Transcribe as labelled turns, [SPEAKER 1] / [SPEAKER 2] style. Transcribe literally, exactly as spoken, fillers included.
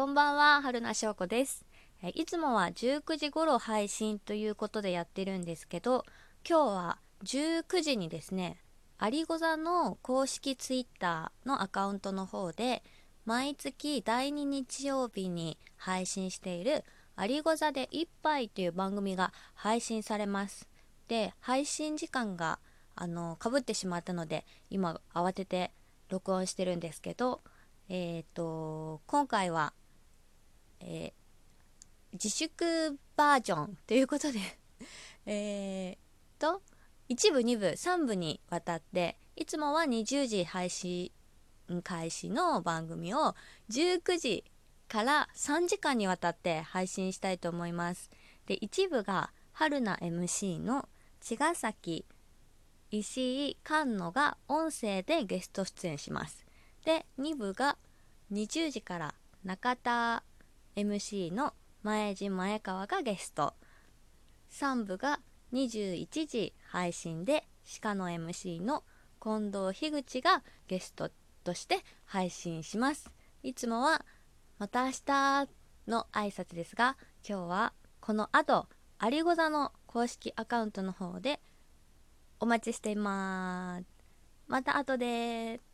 [SPEAKER 1] こんばんは、春名翔子です。えいつもはじゅうくじ頃配信ということでやってるんですけど、今日はじゅうくじにですね、アリゴザの公式ツイッターのアカウントの方で、毎月だいに日曜日に配信しているアリゴザで一杯という番組が配信されます。で、配信時間があの被ってしまったので、今慌てて録音してるんですけど、えっと今回はえー自粛バージョンということでえーっといち部に部さん部にわたって、いつもはにじゅうじ配信開始の番組をじゅうくじからさんじかんにわたって配信したいと思います。で、いち部が春菜 エムシー の茅ヶ崎、石井、菅野が音声でゲスト出演します。で、に部がにじゅうじから中田 エムシー の前地前川がゲスト、さん部がにじゅういちじ配信で鹿の エムシー の近藤樋口がゲストとして配信します。いつもはまた明日の挨拶ですが、今日はこの後アリゴザの公式アカウントの方でお待ちしています。また後で。